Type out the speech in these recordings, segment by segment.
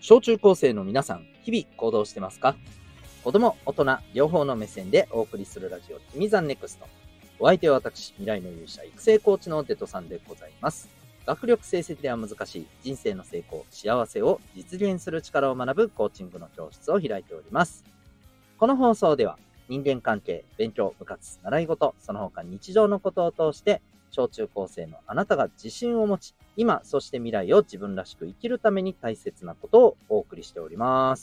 小中高生の皆さん、日々行動してますか？子供、大人、両方の目線でお送りするラジオ、君ザネクスト。お相手は私、未来の勇者育成コーチのデトさんでございます。学力成績では難しい人生の成功、幸せを実現する力を学ぶコーチングの教室を開いております。この放送では、人間関係、勉強、部活、習い事、その他日常のことを通して、小中高生のあなたが自信を持ち、今、そして未来を自分らしく生きるために大切なことをお送りしております。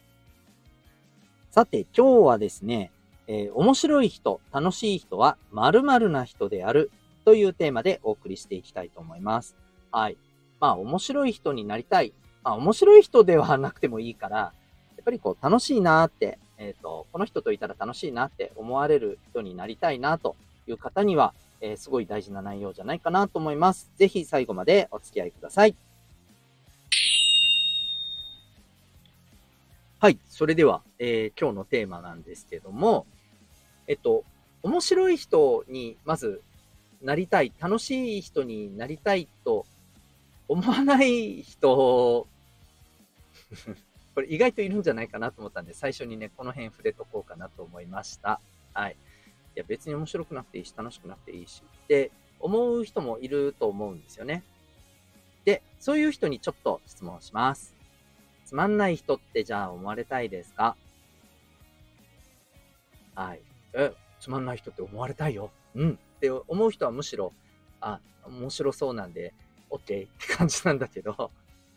さて、今日はですね、面白い人、楽しい人は〇〇な人であるというテーマでお送りしていきたいと思います。はい。面白い人になりたい。面白い人ではなくてもいいから、やっぱり楽しいなーって、この人といたら楽しいなって思われる人になりたいなという方には、すごい大事な内容じゃないかなと思います。ぜひ最後までお付き合いください。はい。それでは、今日のテーマなんですけども、面白い人にまずなりたい、楽しい人になりたいと思わない人、これ意外といるんじゃないかなと思ったんで、最初にね、この辺触れとこうかなと思いました。はい。いや、別に面白くなくていいし、楽しくなくていいし、って思う人もいると思うんですよね。で、そういう人にちょっと質問します。つまんない人ってじゃあ思われたいですか？はい。つまんない人って思われたいよ。うん。って思う人はむしろ、面白そうなんで、OK って感じなんだけど、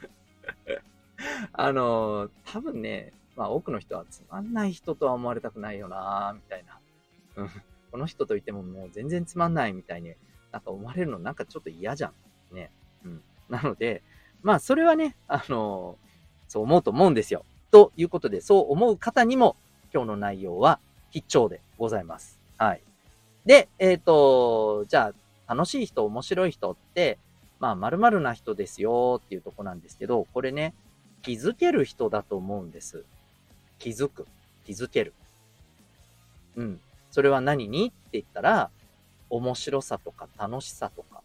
多分ね、多くの人はつまんない人とは思われたくないよなみたいな。うん。この人といてももう全然つまんないみたいに、なんか思われるのなんかちょっと嫌じゃん。ね。うん。なので、それはね、そう思うと思うんですよ。ということで、そう思う方にも、今日の内容は必聴でございます。はい。で、じゃあ、楽しい人、面白い人って、〇〇な人ですよっていうとこなんですけど、これね、気づける人だと思うんです。気づく。気づける。うん。それは何にって言ったら、面白さとか楽しさとか。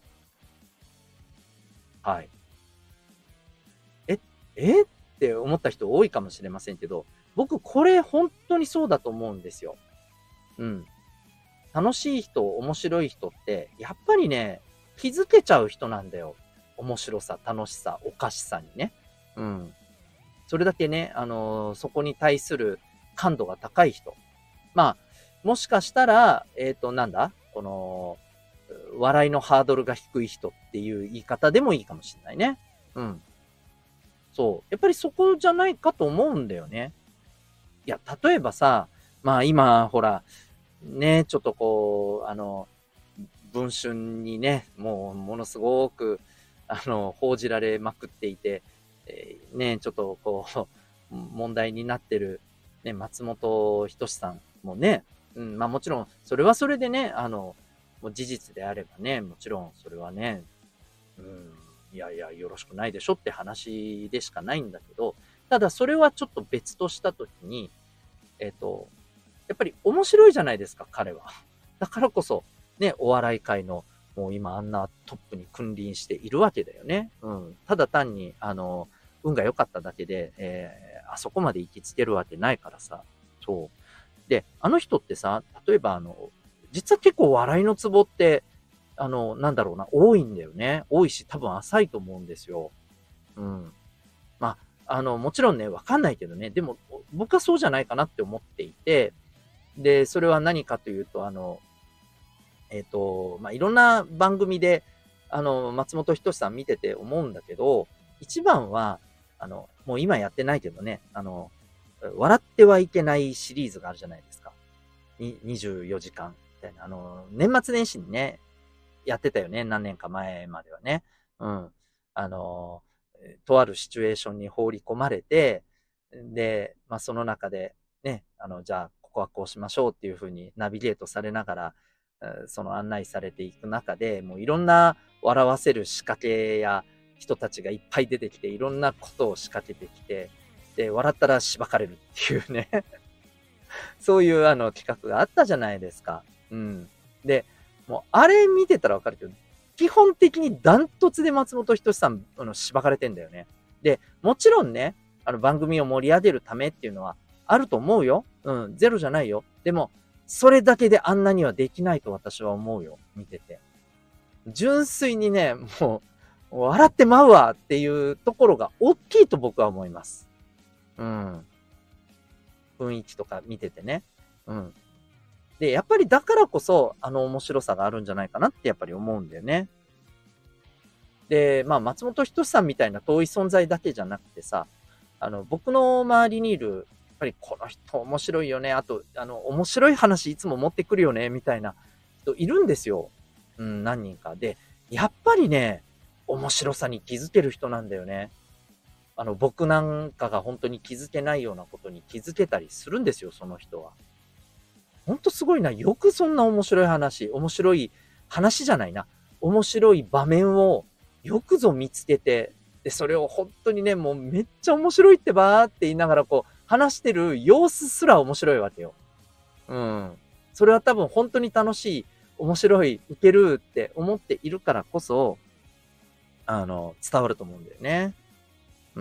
はい。え、って思った人多いかもしれませんけど、僕これ本当にそうだと思うんですよ。うん。楽しい人、面白い人って、やっぱりね、気づけちゃう人なんだよ。面白さ、楽しさ、おかしさにね。うん。それだけね、そこに対する感度が高い人。もしかしたら、この、笑いのハードルが低い人っていう言い方でもいいかもしれないね。うん。そう。やっぱりそこじゃないかと思うんだよね。いや、例えばさ、今、ほら、ね、ちょっと文春にね、もうものすごく、報じられまくっていて、ね、ちょっと問題になってる、ね、松本人志さんもね、うん、もちろん、それはそれでね、もう事実であればね、もちろん、それはね、うん、いやいや、よろしくないでしょって話でしかないんだけど、ただそれはちょっと別としたときに、やっぱり面白いじゃないですか、彼は。だからこそ、ね、お笑い界の、もう今あんなトップに君臨しているわけだよね。うん。ただ単に、運が良かっただけで、あそこまで行きつけるわけないからさ。そう。で、あの人ってさ、例えば実は結構笑いのツボって、多いんだよね。多いし、多分浅いと思うんですよ。うん。もちろんね、わかんないけどね。でも、僕はそうじゃないかなって思っていて、で、それは何かというと、いろんな番組で、松本人志さん見てて思うんだけど、一番は、もう今やってないけどね、笑ってはいけないシリーズがあるじゃないですか。24時間みたいな、年末年始にね、やってたよね、何年か前まではね。うん。あの、とあるシチュエーションに放り込まれて、で、その中で、ね、じゃあ、ここはこうしましょうっていう風にナビゲートされながら、その案内されていく中で、もういろんな笑わせる仕掛けや人たちがいっぱい出てきて、いろんなことを仕掛けてきて、で、笑ったらしばかれるっていうねそういう企画があったじゃないですか。うん。で、もうあれ見てたらわかるけど、基本的にダントツで松本人志さん、しばかれてんだよね。で、もちろんね、 番組を盛り上げるためっていうのはあると思うよ。ゼロじゃないよ。でも、それだけであんなにはできないと私は思うよ。見てて。純粋にね、もう、笑ってまうわっていうところが大きいと僕は思います。雰囲気とか見ててね。で、やっぱりだからこそ、面白さがあるんじゃないかなってやっぱり思うんだよね。で、松本人志さんみたいな遠い存在だけじゃなくてさ、僕の周りにいる、やっぱりこの人面白いよね。あと、面白い話いつも持ってくるよね、みたいな人いるんですよ。何人か。で、やっぱりね、面白さに気づける人なんだよね。僕なんかが本当に気づけないようなことに気づけたりするんですよ、その人は。ほんとすごいな。よくそんな面白い話じゃないな。面白い場面をよくぞ見つけて、で、それを本当にね、もうめっちゃ面白いってばーって言いながらこう、話してる様子すら面白いわけよ。それは多分本当に楽しい、面白い、ウケるって思っているからこそ、伝わると思うんだよね。うん。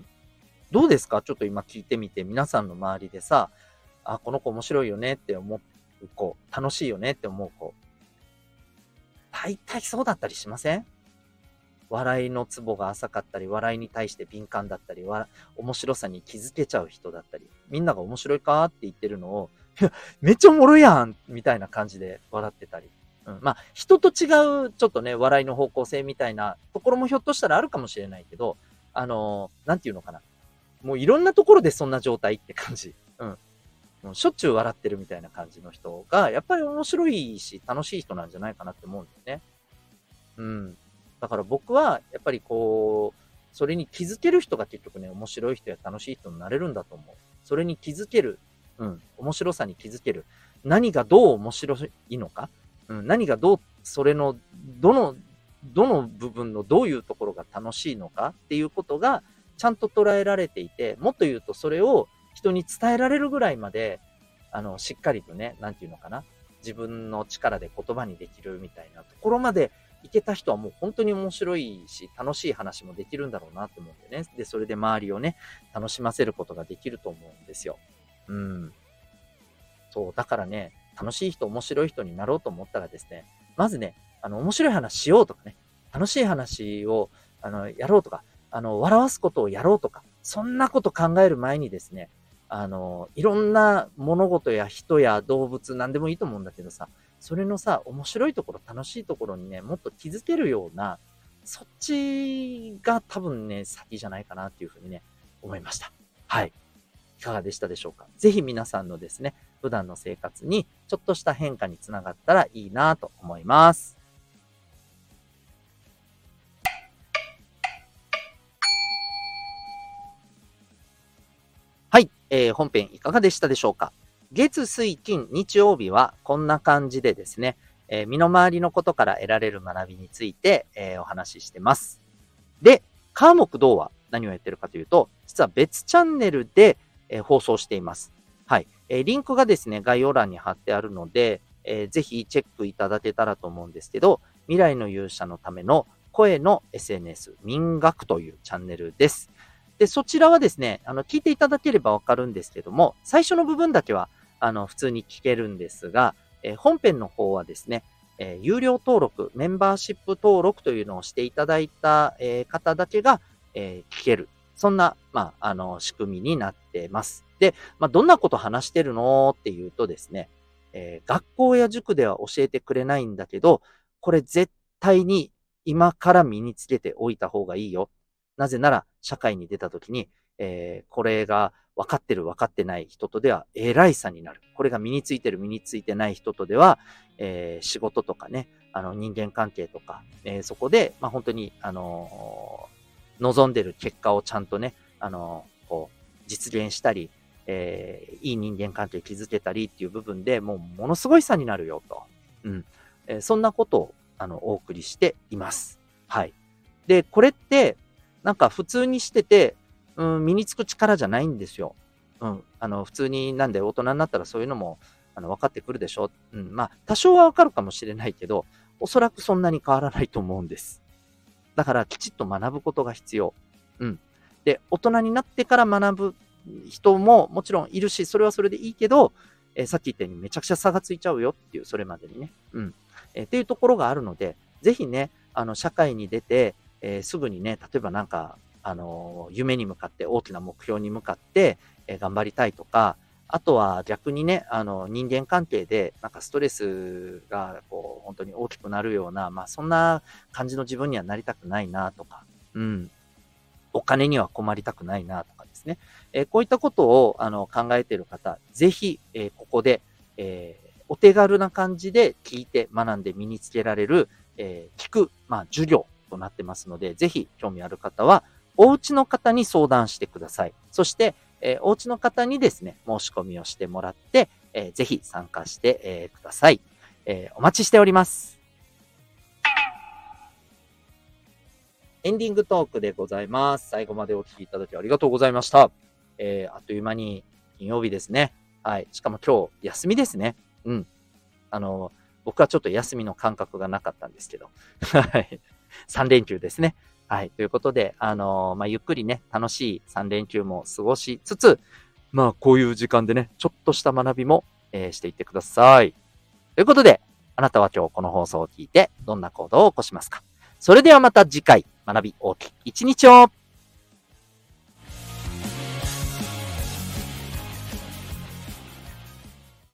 どうですか？ちょっと今聞いてみて、皆さんの周りでさ、あ、この子面白いよねって思う子、楽しいよねって思う子、大体そうだったりしません？笑いのツボが浅かったり、笑いに対して敏感だったり、面白さに気づけちゃう人だったり、みんなが面白いかって言ってるのを、いや、めっちゃおもろいやんみたいな感じで笑ってたり。人と違う、ちょっとね、笑いの方向性みたいなところもひょっとしたらあるかもしれないけど、なんていうのかな。もういろんなところでそんな状態って感じ。もうしょっちゅう笑ってるみたいな感じの人が、やっぱり面白いし、楽しい人なんじゃないかなって思うんだよね。うん。だから僕は、やっぱりこう、それに気づける人が結局ね、面白い人や楽しい人になれるんだと思う。それに気づける。面白さに気づける。何がどう面白いのか。何がどう、それの、どの部分のどういうところが楽しいのかっていうことが、ちゃんと捉えられていて、もっと言うとそれを人に伝えられるぐらいまで、しっかりとね、なんていうのかな。自分の力で言葉にできるみたいなところまでいけた人はもう本当に面白いし、楽しい話もできるんだろうなって思うんだよね。で、それで周りをね、楽しませることができると思うんですよ。うん。そう、だからね、楽しい人、面白い人になろうと思ったらですね、まずね、面白い話しようとかね、楽しい話を、やろうとか、笑わすことをやろうとか、そんなこと考える前にですね、いろんな物事や人や動物、なんでもいいと思うんだけどさ、それのさ、面白いところ、楽しいところにね、もっと気づけるような、そっちが多分ね、先じゃないかなっていうふうにね、思いました。はい。いかがでしたでしょうか？ぜひ皆さんのですね、普段の生活にちょっとした変化につながったらいいなと思います。はい、本編いかがでしたでしょうか？月、水、金、日曜日はこんな感じでですね、身の回りのことから得られる学びについて、お話ししてます。で、火木土は何をやってるかというと、実は別チャンネルで、放送しています。はい。リンクがですね、概要欄に貼ってあるので、ぜひチェックいただけたらと思うんですけど、未来の勇者のための声の SNS、民学というチャンネルです。で、そちらはですね、聞いていただければわかるんですけども、最初の部分だけは、普通に聞けるんですが、本編の方はですね、有料登録、メンバーシップ登録というのをしていただいた、方だけが、聞ける。そんな、仕組みになってます。で、どんなこと話してるのっていうとですね、学校や塾では教えてくれないんだけど、これ絶対に今から身につけておいた方がいいよ。なぜなら、社会に出た時に、これが分かってる分かってない人とでは偉い差になる。これが身についてる身についてない人とでは、仕事とかね、人間関係とか、そこで、本当に、望んでる結果をちゃんとね、実現したり、いい人間関係築けたりっていう部分でもうものすごい差になるよと。うん。そんなことを、お送りしています。はい。で、これって、なんか普通にしてて、身につく力じゃないんですよ。普通になんで大人になったらそういうのも、分かってくるでしょ。多少は分かるかもしれないけど、おそらくそんなに変わらないと思うんです。だからきちっと学ぶことが必要。うん。 で、大人になってから学ぶ人ももちろんいるし、それはそれでいいけど、さっき言ったようにめちゃくちゃ差がついちゃうよっていう、それまでにね。うん。っていうところがあるので、ぜひね、社会に出て、すぐにね、例えばなんか、夢に向かって、大きな目標に向かって、頑張りたいとか、あとは逆にね、人間関係で、なんかストレスが、こう、本当に大きくなるような、そんな感じの自分にはなりたくないなとか、うん。お金には困りたくないなとかですね。こういったことを考えている方、ぜひ、ここで、お手軽な感じで聞いて学んで身につけられる、聞く、授業となってますので、ぜひ興味ある方は、お家の方に相談してください。そして、お家の方にですね、申し込みをしてもらって、ぜひ参加して、ください。お待ちしております。エンディングトークでございます。最後までお聞きいただきありがとうございました。あっという間に金曜日ですね。はい。しかも今日休みですね。うん。あの、僕はちょっと休みの感覚がなかったんですけど。はい。3連休ですね。はい。ということで、ゆっくりね、楽しい3連休も過ごしつつ、こういう時間でね、ちょっとした学びも、していってください。ということで、あなたは今日この放送を聞いて、どんな行動を起こしますか？それではまた次回、学び大きい一日を